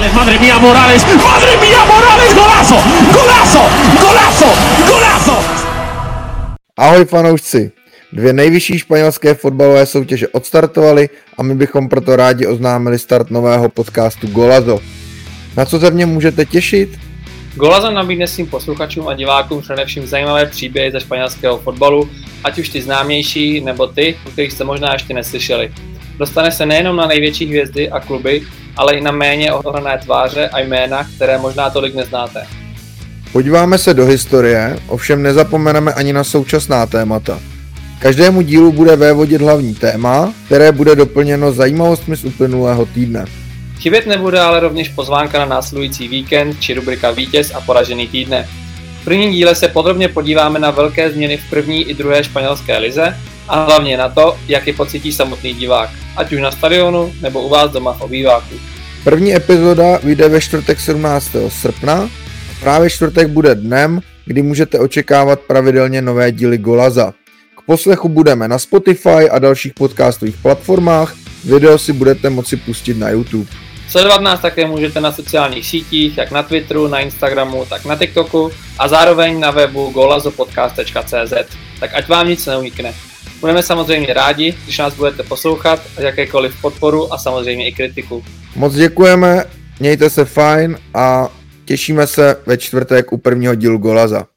Madre mía Morales, golazo, golazo, golazo, golazo! Ahoj fanoušci, 2 nejvyšší španělské fotbalové soutěže odstartovaly a my bychom proto rádi oznámili start nového podcastu Golazo. Na co se v něm můžete těšit? Golazo nabídne svým posluchačům a divákům především zajímavé příběhy ze španělského fotbalu, ať už ty známější nebo ty, o kterých jste možná ještě neslyšeli. Dostane se nejenom na největší hvězdy a kluby, ale i na méně ohrané tváře a jména, které možná tolik neznáte. Podíváme se do historie, ovšem nezapomeneme ani na současná témata. Každému dílu bude vévodit hlavní téma, které bude doplněno zajímavostmi z uplynulého týdne. Chybět nebude ale rovněž pozvánka na následující víkend či rubrika Vítěz a poražený týdne. V prvním díle se podrobně podíváme na velké změny v první i druhé španělské lize a hlavně na to, jak je pocítí samotný divák, ať už na stadionu nebo u vás doma v obýváku. První epizoda vyjde ve čtvrtek 17. srpna. Právě čtvrtek bude dnem, kdy můžete očekávat pravidelně nové díly Golaza. K poslechu budeme na Spotify a dalších podcastových platformách, video si budete moci pustit na YouTube. Sledovat nás také můžete na sociálních sítích, jak na Twitteru, na Instagramu, tak na TikToku a zároveň na webu golazopodcast.cz, tak ať vám nic neunikne. Budeme samozřejmě rádi, když nás budete poslouchat a jakékoliv podporu a samozřejmě i kritiku. Moc děkujeme, mějte se fajn a těšíme se ve čtvrtek u prvního dílu Golaza.